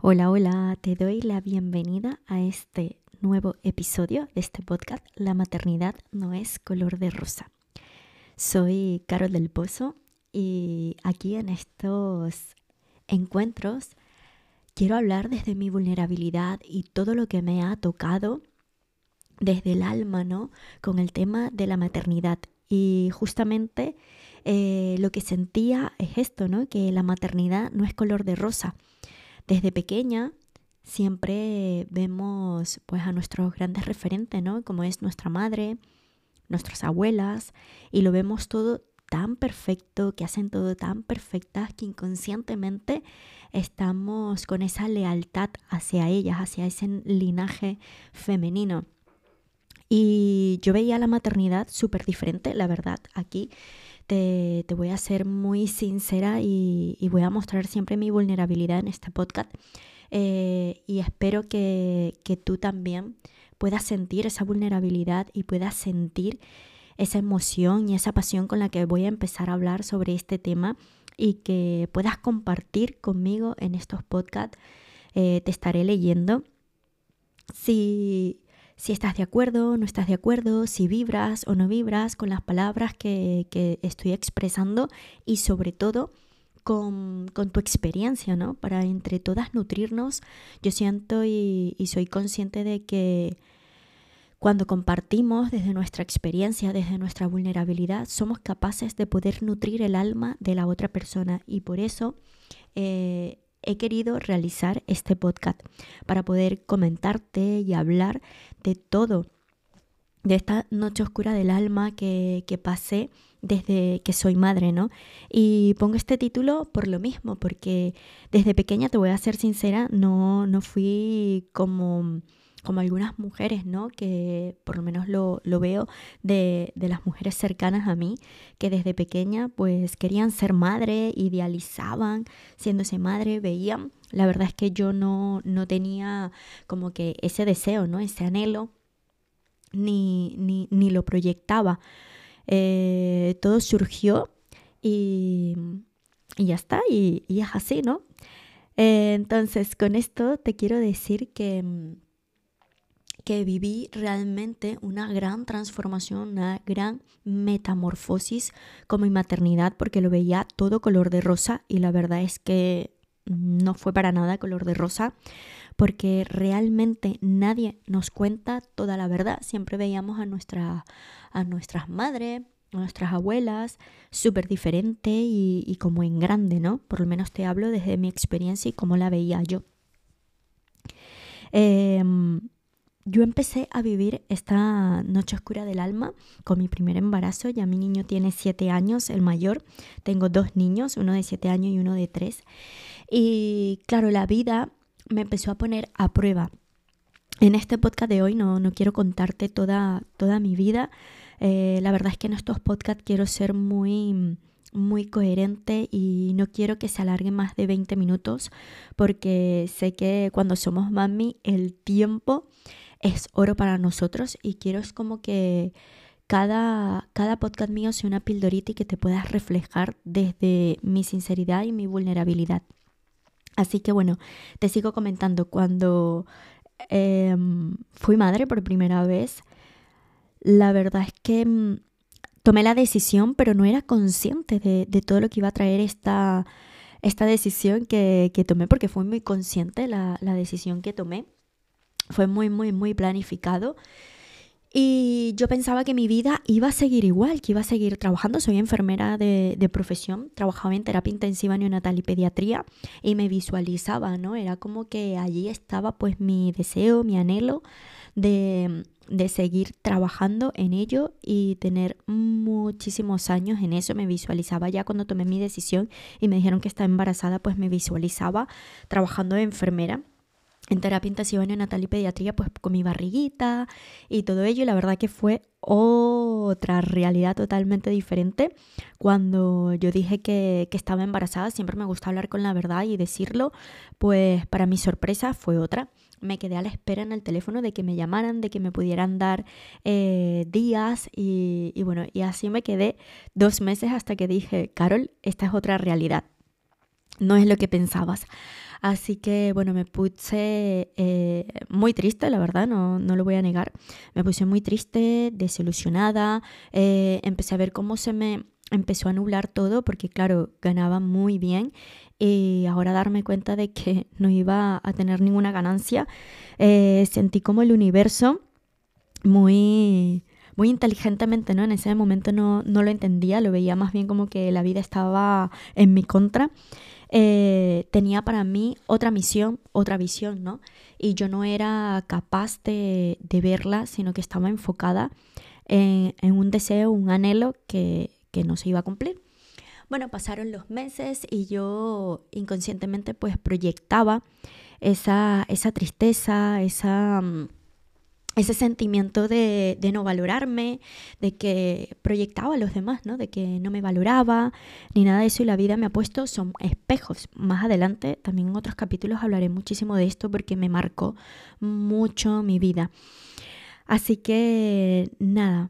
Hola, hola, te doy la bienvenida a este nuevo episodio de este podcast, La maternidad no es color de rosa. Soy Carol del Pozo y aquí en estos encuentros quiero hablar desde mi vulnerabilidad y todo lo que me ha tocado desde el alma, ¿no? Con el tema de la maternidad. Y justamente lo que sentía es esto, ¿no? Que la maternidad no es color de rosa. Desde pequeña siempre vemos pues a nuestros grandes referentes, ¿no? Como es nuestra madre, nuestras abuelas, y lo vemos todo tan perfecto, que hacen todo tan perfectas que inconscientemente estamos con esa lealtad hacia ellas, hacia ese linaje femenino. Y yo veía la maternidad súper diferente, la verdad. Aquí te voy a ser muy sincera y voy a mostrar siempre mi vulnerabilidad en este podcast. Y espero que tú también puedas sentir esa vulnerabilidad y puedas sentir esa emoción y esa pasión con la que voy a empezar a hablar sobre este tema y que puedas compartir conmigo en estos podcasts. Te estaré leyendo. Si estás de acuerdo, no estás de acuerdo, si vibras o no vibras con las palabras que estoy expresando y sobre todo con tu experiencia, ¿no? Para entre todas nutrirnos. Yo siento y soy consciente de que cuando compartimos desde nuestra experiencia, desde nuestra vulnerabilidad, somos capaces de poder nutrir el alma de la otra persona y por eso he querido realizar este podcast para poder comentarte y hablar de todo, de esta noche oscura del alma que pasé desde que soy madre, ¿no? Y pongo este título por lo mismo, porque desde pequeña, te voy a ser sincera, no fui como algunas mujeres, ¿no? Que por lo menos lo veo de las mujeres cercanas a mí, que desde pequeña pues querían ser madre, idealizaban siéndose madre, veían. La verdad es que yo no tenía como que ese deseo, ¿no? Ese anhelo, ni lo proyectaba. Todo surgió y, y ya está, y es así, ¿no? Entonces, con esto te quiero decir que viví realmente una gran transformación, una gran metamorfosis con mi maternidad, porque lo veía todo color de rosa y la verdad es que no fue para nada color de rosa, porque realmente nadie nos cuenta toda la verdad. Siempre veíamos a nuestras madres, a nuestras abuelas, súper diferente y como en grande, ¿no? Por lo menos te hablo desde mi experiencia y cómo la veía yo. Yo empecé a vivir esta noche oscura del alma con mi primer embarazo. Ya mi niño tiene 7 años, el mayor. Tengo 2 niños, uno de 7 años y uno de 3. Y claro, la vida me empezó a poner a prueba. En este podcast de hoy no quiero contarte toda mi vida. La verdad es que en estos podcasts quiero ser muy coherente y no quiero que se alargue más de 20 minutos porque sé que cuando somos mami el tiempo es oro para nosotros y quiero es como que cada podcast mío sea una pildorita y que te puedas reflejar desde mi sinceridad y mi vulnerabilidad. Así que bueno, te sigo comentando. Cuando fui madre por primera vez, la verdad es que tomé la decisión, pero no era consciente de todo lo que iba a traer esta decisión que tomé, porque fue muy consciente la decisión que tomé. Fue muy planificado. Y yo pensaba que mi vida iba a seguir igual, que iba a seguir trabajando. Soy enfermera de profesión, trabajaba en terapia intensiva neonatal y pediatría y me visualizaba, ¿no? Era como que allí estaba pues mi deseo, mi anhelo de seguir trabajando en ello y tener muchísimos años en eso. Me visualizaba ya cuando tomé mi decisión y me dijeron que estaba embarazada, pues me visualizaba trabajando de enfermera en terapia intensiva neonatal y pediatría, pues con mi barriguita y todo ello. Y la verdad que fue otra realidad totalmente diferente. Cuando yo dije que estaba embarazada, siempre me gusta hablar con la verdad y decirlo, pues para mi sorpresa fue otra. Me quedé a la espera en el teléfono de que me llamaran, de que me pudieran dar días y bueno, y así me quedé 2 meses hasta que dije, Carol, esta es otra realidad. no es lo que pensabas. Así que bueno, me puse muy triste, la verdad, no lo voy a negar. Me puse muy triste, desilusionada, empecé a ver cómo se me empezó a nublar todo, porque claro, ganaba muy bien y ahora darme cuenta de que no iba a tener ninguna ganancia, sentí como el universo muy inteligentemente, ¿no? En ese momento no lo entendía, lo veía más bien como que la vida estaba en mi contra. Tenía para mí otra misión, otra visión, ¿no? Y yo no era capaz de verla, sino que estaba enfocada en un deseo, un anhelo que no se iba a cumplir. Bueno, pasaron los meses y yo inconscientemente pues proyectaba esa tristeza, ese sentimiento de no valorarme, de que proyectaba a los demás, ¿no? De que no me valoraba, ni nada de eso. Y la vida me ha puesto, son espejos. Más adelante, también en otros capítulos hablaré muchísimo de esto porque me marcó mucho mi vida. Así que, nada,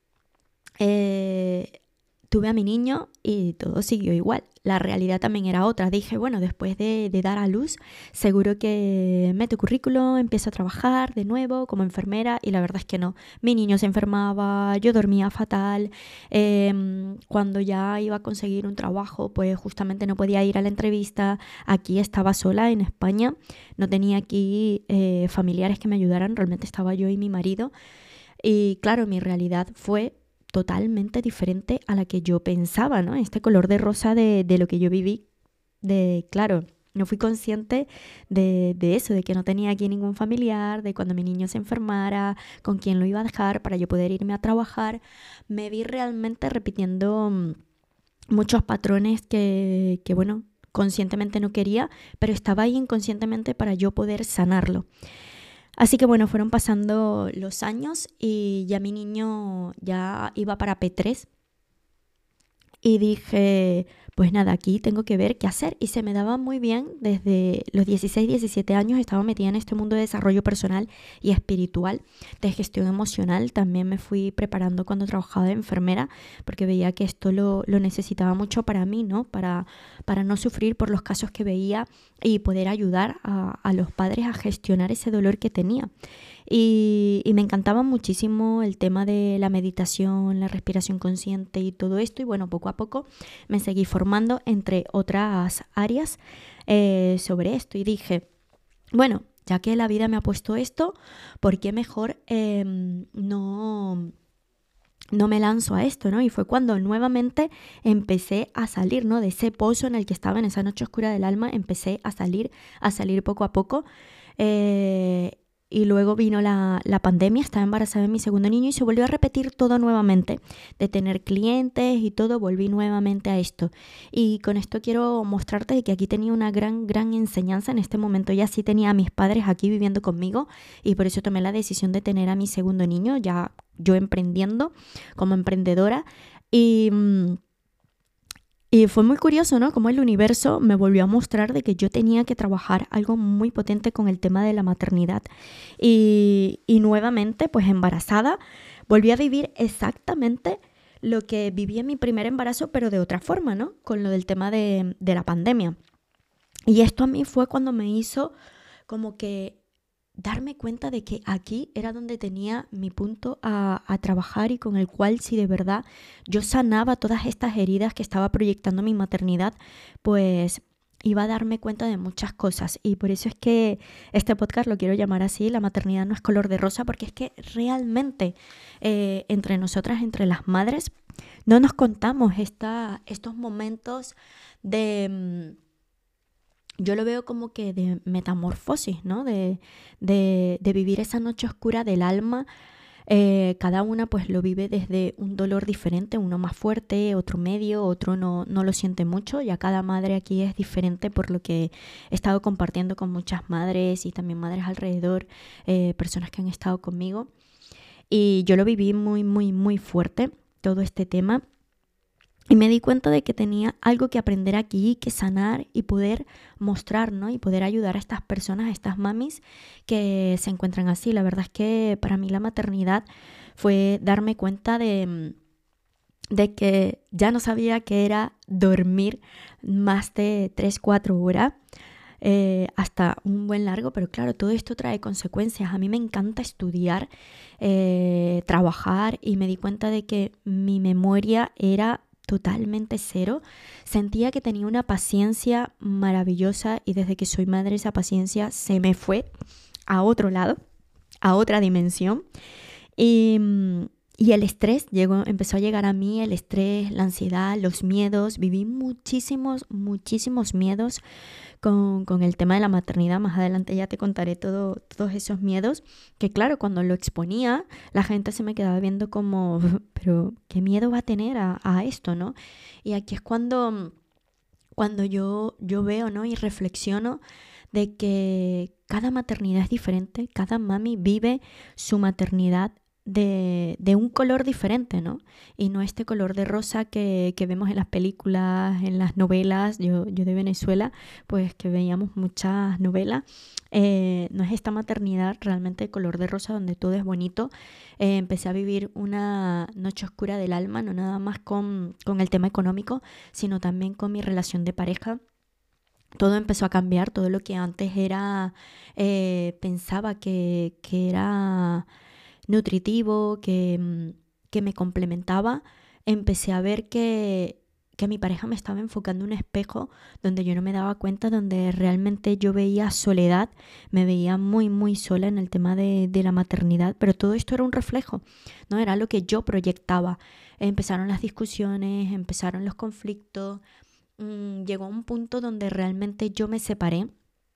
eh, tuve a mi niño y todo siguió igual. La realidad también era otra. Dije, bueno, después de dar a luz, seguro que meto currículum, empiezo a trabajar de nuevo como enfermera y la verdad es que no. Mi niño se enfermaba, yo dormía fatal. Cuando ya iba a conseguir un trabajo, pues justamente no podía ir a la entrevista. Aquí estaba sola en España, no tenía aquí familiares que me ayudaran, realmente estaba yo y mi marido. Y claro, mi realidad fue totalmente diferente a la que yo pensaba, ¿no? Este color de rosa de lo que yo viví, claro, no fui consciente de eso, de que no tenía aquí ningún familiar, de cuando mi niño se enfermara, con quién lo iba a dejar para yo poder irme a trabajar. Me vi realmente repitiendo muchos patrones que, bueno, conscientemente no quería, pero estaba ahí inconscientemente para yo poder sanarlo. Así que bueno, fueron pasando los años y ya mi niño ya iba para P3 y dije, pues nada, aquí tengo que ver qué hacer. Y se me daba muy bien desde los 16, 17 años, estaba metida en este mundo de desarrollo personal y espiritual, de gestión emocional. También me fui preparando cuando trabajaba de enfermera, porque veía que esto lo necesitaba mucho para mí, ¿no? Para no sufrir por los casos que veía y poder ayudar a los padres a gestionar ese dolor que tenía. Y me encantaba muchísimo el tema de la meditación, la respiración consciente y todo esto. Y bueno, poco a poco me seguí formando entre otras áreas sobre esto. Y dije, bueno, ya que la vida me ha puesto esto, ¿por qué mejor no me lanzo a esto, ¿no? Y fue cuando nuevamente empecé a salir, ¿no? De ese pozo en el que estaba, en esa noche oscura del alma, empecé a salir poco a poco. Y luego vino la pandemia, estaba embarazada de mi segundo niño y se volvió a repetir todo nuevamente, de tener clientes y todo, volví nuevamente a esto. Y con esto quiero mostrarte que aquí tenía una gran enseñanza. En este momento ya sí tenía a mis padres aquí viviendo conmigo y por eso tomé la decisión de tener a mi segundo niño, ya yo emprendiendo como emprendedora. Y fue muy curioso, ¿no? Como el universo me volvió a mostrar de que yo tenía que trabajar algo muy potente con el tema de la maternidad. Y nuevamente, pues embarazada, volví a vivir exactamente lo que viví en mi primer embarazo, pero de otra forma, ¿no? Con lo del tema de la pandemia. Y esto a mí fue cuando me hizo como que darme cuenta de que aquí era donde tenía mi punto a trabajar y con el cual si de verdad yo sanaba todas estas heridas que estaba proyectando mi maternidad, pues iba a darme cuenta de muchas cosas. Y por eso es que este podcast lo quiero llamar así, La maternidad no es color de rosa, porque es que realmente entre nosotras, entre las madres, no nos contamos estos momentos de... Yo lo veo como que de metamorfosis, ¿no? De vivir esa noche oscura del alma. Cada una pues lo vive desde un dolor diferente, uno más fuerte, otro medio, otro no lo siente mucho. Ya cada madre aquí es diferente, por lo que he estado compartiendo con muchas madres y también madres alrededor, personas que han estado conmigo. Y yo lo viví muy fuerte, todo este tema. Y me di cuenta de que tenía algo que aprender aquí, que sanar y poder mostrar, ¿no? Y poder ayudar a estas personas, a estas mamis que se encuentran así. La verdad es que para mí la maternidad fue darme cuenta de que ya no sabía qué era dormir más de 3 4 horas hasta un buen largo, pero claro, todo esto trae consecuencias. A mí me encanta estudiar, trabajar y me di cuenta de que mi memoria era totalmente cero. Sentía que tenía una paciencia maravillosa y desde que soy madre esa paciencia se me fue a otro lado, a otra dimensión. Y, y el estrés empezó a llegar a mí, el estrés, la ansiedad, los miedos. Viví muchísimos miedos con el tema de la maternidad. Más adelante ya te contaré todos esos miedos, que claro, cuando lo exponía, la gente se me quedaba viendo como, pero ¿qué miedo va a tener a esto, no? Y aquí es cuando yo veo, ¿no? Y reflexiono de que cada maternidad es diferente, cada mami vive su maternidad de un color diferente, ¿no? Y no este color de rosa que vemos en las películas, en las novelas. Yo de Venezuela, pues que veíamos muchas novelas. No es esta maternidad realmente de color de rosa donde todo es bonito. Empecé a vivir una noche oscura del alma, no nada más con el tema económico, sino también con mi relación de pareja. Todo empezó a cambiar, todo lo que antes era, pensaba que era nutritivo, que me complementaba, empecé a ver que mi pareja me estaba enfocando un espejo donde yo no me daba cuenta, donde realmente yo veía soledad, me veía muy sola en el tema de la maternidad, pero todo esto era un reflejo, ¿no? Era lo que yo proyectaba. Empezaron las discusiones, empezaron los conflictos, llegó a un punto donde realmente yo me separé,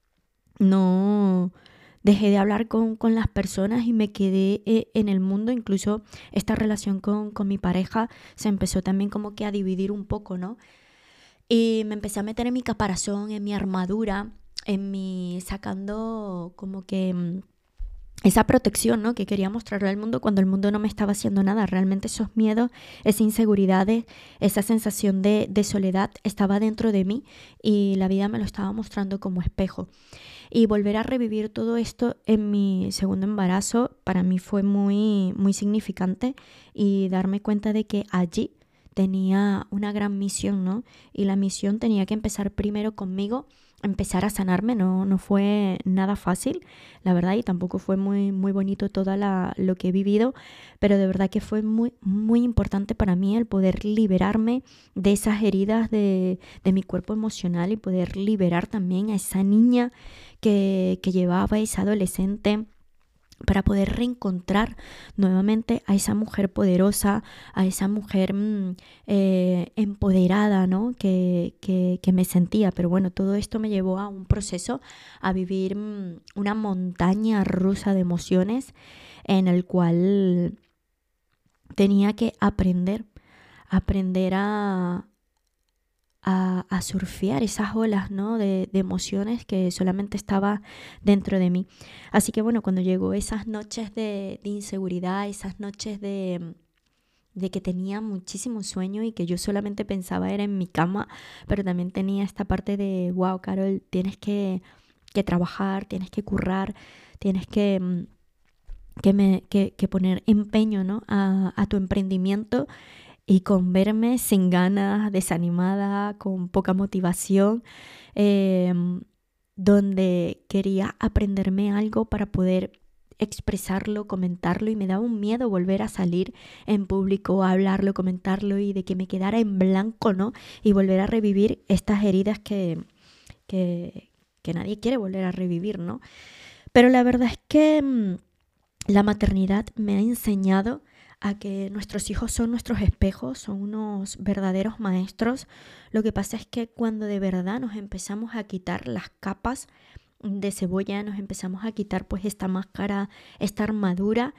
no dejé de hablar con las personas y me quedé en el mundo. Incluso esta relación con mi pareja se empezó también como que a dividir un poco, ¿no? Y me empecé a meter en mi caparazón, en mi armadura, sacando como que esa protección, ¿no? Que quería mostrarle al mundo cuando el mundo no me estaba haciendo nada. Realmente esos miedos, esas inseguridades, esa sensación de soledad estaba dentro de mí y la vida me lo estaba mostrando como espejo. Y volver a revivir todo esto en mi segundo embarazo para mí fue muy significante, y darme cuenta de que allí tenía una gran misión, ¿no? Y la misión tenía que empezar primero conmigo, empezar a sanarme. No fue nada fácil, la verdad, y tampoco fue muy bonito todo lo que he vivido, pero de verdad que fue muy importante para mí el poder liberarme de esas heridas de mi cuerpo emocional y poder liberar también a esa niña que llevaba, esa adolescente, para poder reencontrar nuevamente a esa mujer poderosa, a esa mujer empoderada, ¿no? Que me sentía. Pero bueno, todo esto me llevó a un proceso, a vivir una montaña rusa de emociones en el cual tenía que aprender a surfear esas olas, ¿no? de emociones que solamente estaba dentro de mí. Así que bueno, cuando llegó esas noches de inseguridad, esas noches de que tenía muchísimo sueño y que yo solamente pensaba era en mi cama, pero también tenía esta parte de, wow, Carol, tienes que trabajar, tienes que currar, tienes que poner empeño, ¿no? a tu emprendimiento, y con verme sin ganas, desanimada, con poca motivación, eh, donde quería aprenderme algo para poder expresarlo, comentarlo, y me daba un miedo volver a salir en público, a hablarlo, comentarlo, y de que me quedara en blanco, ¿no? Y volver a revivir estas heridas que, que nadie quiere volver a revivir, ¿no? Pero la verdad es que la maternidad me ha enseñado a que nuestros hijos son nuestros espejos, son unos verdaderos maestros. Lo que pasa es que cuando de verdad nos empezamos a quitar las capas de cebolla, nos empezamos a quitar pues esta máscara, esta armadura,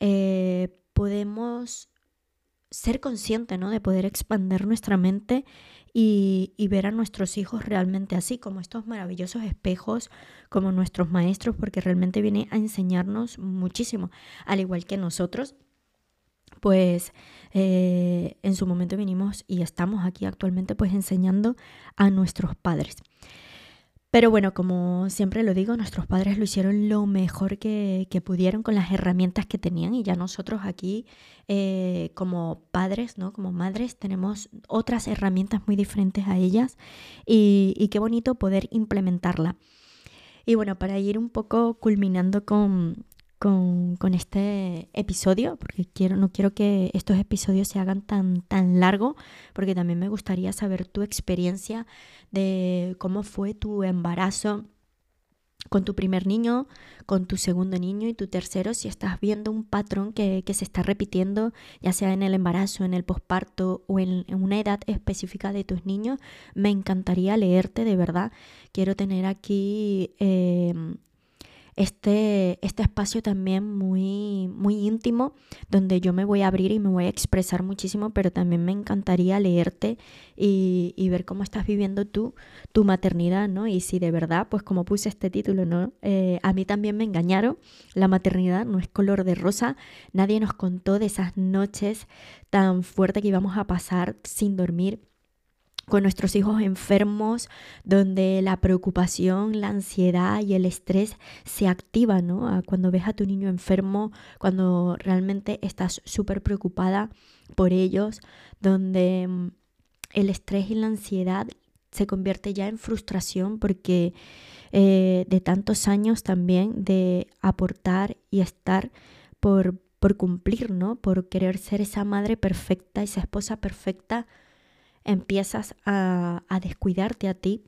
podemos ser conscientes, ¿no? De poder expandir nuestra mente y ver a nuestros hijos realmente así, como estos maravillosos espejos, como nuestros maestros, porque realmente viene a enseñarnos muchísimo, al igual que nosotros. Pues en su momento vinimos y estamos aquí actualmente pues enseñando a nuestros padres. Pero bueno, como siempre lo digo, nuestros padres lo hicieron lo mejor que pudieron con las herramientas que tenían y ya nosotros aquí como padres, ¿no? Como madres tenemos otras herramientas muy diferentes a ellas y qué bonito poder implementarla. Y bueno, para ir un poco culminando con este episodio, porque no quiero que estos episodios se hagan tan largo, porque también me gustaría saber tu experiencia de cómo fue tu embarazo con tu primer niño, con tu segundo niño y tu tercero, si estás viendo un patrón que se está repitiendo, ya sea en el embarazo, en el posparto o en una edad específica de tus niños, me encantaría leerte de verdad. Quiero tener aquí este espacio también muy íntimo donde yo me voy a abrir y me voy a expresar muchísimo, pero también me encantaría leerte y ver cómo estás viviendo tú tu maternidad, ¿no? Y si de verdad, pues como puse este título, ¿no? A mí también me engañaron, la maternidad no es color de rosa, nadie nos contó de esas noches tan fuertes que íbamos a pasar sin dormir, con nuestros hijos enfermos, donde la preocupación, la ansiedad y el estrés se activan, ¿no? Cuando ves a tu niño enfermo, cuando realmente estás súper preocupada por ellos, donde el estrés y la ansiedad se convierte ya en frustración porque de tantos años también de aportar y estar por cumplir, ¿no? Por querer ser esa madre perfecta, esa esposa perfecta, empiezas a descuidarte a ti,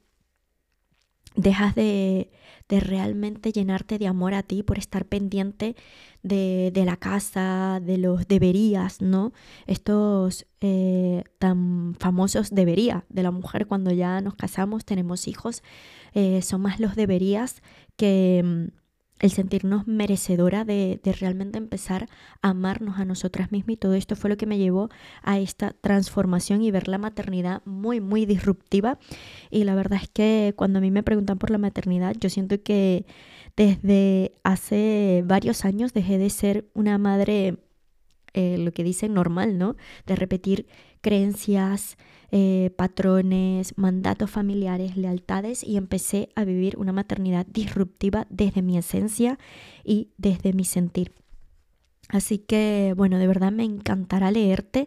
dejas de realmente llenarte de amor a ti por estar pendiente de la casa, de los deberías, ¿no? Estos tan famosos debería de la mujer cuando ya nos casamos, tenemos hijos, son más los deberías que el sentirnos merecedora de realmente empezar a amarnos a nosotras mismas, y todo esto fue lo que me llevó a esta transformación y ver la maternidad muy disruptiva. Y la verdad es que cuando a mí me preguntan por la maternidad, yo siento que desde hace varios años dejé de ser una madre, lo que dicen normal, ¿no? De repetir creencias, patrones, mandatos familiares, lealtades, y empecé a vivir una maternidad disruptiva desde mi esencia y desde mi sentir. Así que, bueno, de verdad me encantará leerte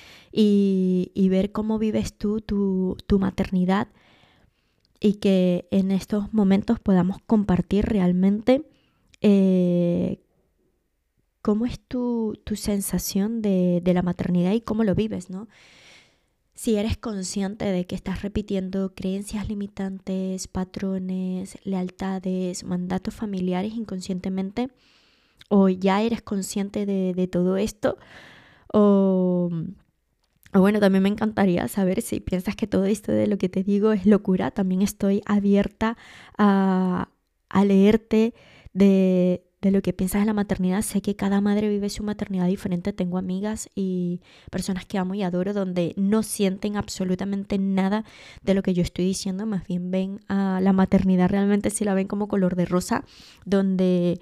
y ver cómo vives tú tu maternidad, y que en estos momentos podamos compartir realmente cómo es tu sensación de la maternidad y cómo lo vives, ¿no? Si eres consciente de que estás repitiendo creencias limitantes, patrones, lealtades, mandatos familiares inconscientemente, o ya eres consciente de todo esto, o bueno, también me encantaría saber si piensas que todo esto de lo que te digo es locura. También estoy abierta a leerte de lo que piensas de la maternidad. Sé que cada madre vive su maternidad diferente. Tengo amigas y personas que amo y adoro donde no sienten absolutamente nada de lo que yo estoy diciendo. Más bien ven a la maternidad, realmente sí la ven como color de rosa, donde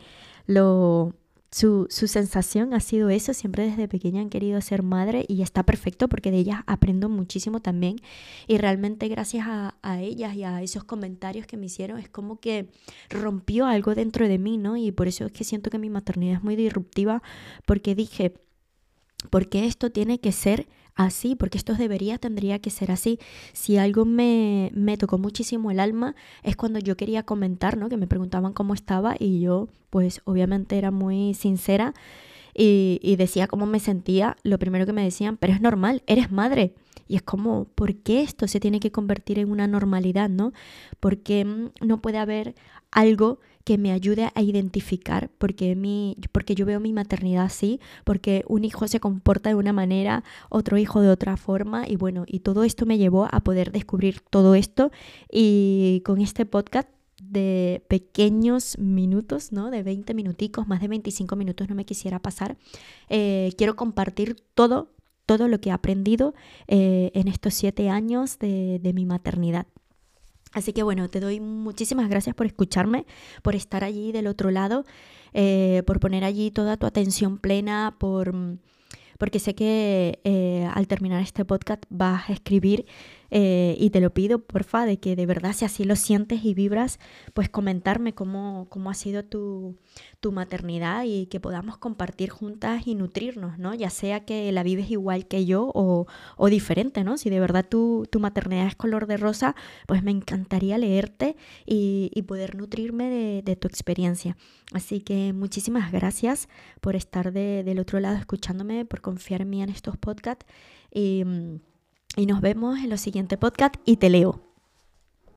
su sensación ha sido eso, siempre desde pequeña han querido ser madre y está perfecto porque de ellas aprendo muchísimo también, y realmente gracias a ellas y a esos comentarios que me hicieron es como que rompió algo dentro de mí, ¿no? Y por eso es que siento que mi maternidad es muy disruptiva, porque dije, ¿por qué esto tiene que ser así? Porque esto tendría que ser así. Si algo me tocó muchísimo el alma es cuando yo quería comentar, ¿no? Que me preguntaban cómo estaba y yo pues obviamente era muy sincera y decía cómo me sentía. Lo primero que me decían, pero es normal, eres madre. Y es como, ¿por qué esto se tiene que convertir en una normalidad, no? Porque no puede haber algo que me ayude a identificar porque yo veo mi maternidad así, porque un hijo se comporta de una manera, otro hijo de otra forma, y bueno, y todo esto me llevó a poder descubrir todo esto, y con este podcast de pequeños minutos, ¿no? De 20 minuticos, más de 25 minutos no me quisiera pasar. Quiero compartir todo lo que he aprendido en estos 7 años de mi maternidad. Así que bueno, te doy muchísimas gracias por escucharme, por estar allí del otro lado, por poner allí toda tu atención plena, porque sé que al terminar este podcast vas a escribir y te lo pido, porfa, de que de verdad, si así lo sientes y vibras, pues comentarme cómo ha sido tu maternidad y que podamos compartir juntas y nutrirnos, ¿no? Ya sea que la vives igual que yo o diferente, ¿no? Si de verdad tu maternidad es color de rosa, pues me encantaría leerte y poder nutrirme de tu experiencia. Así que muchísimas gracias por estar del otro lado escuchándome, por confiar en mí en estos podcasts y nos vemos en los siguientes podcasts y te leo.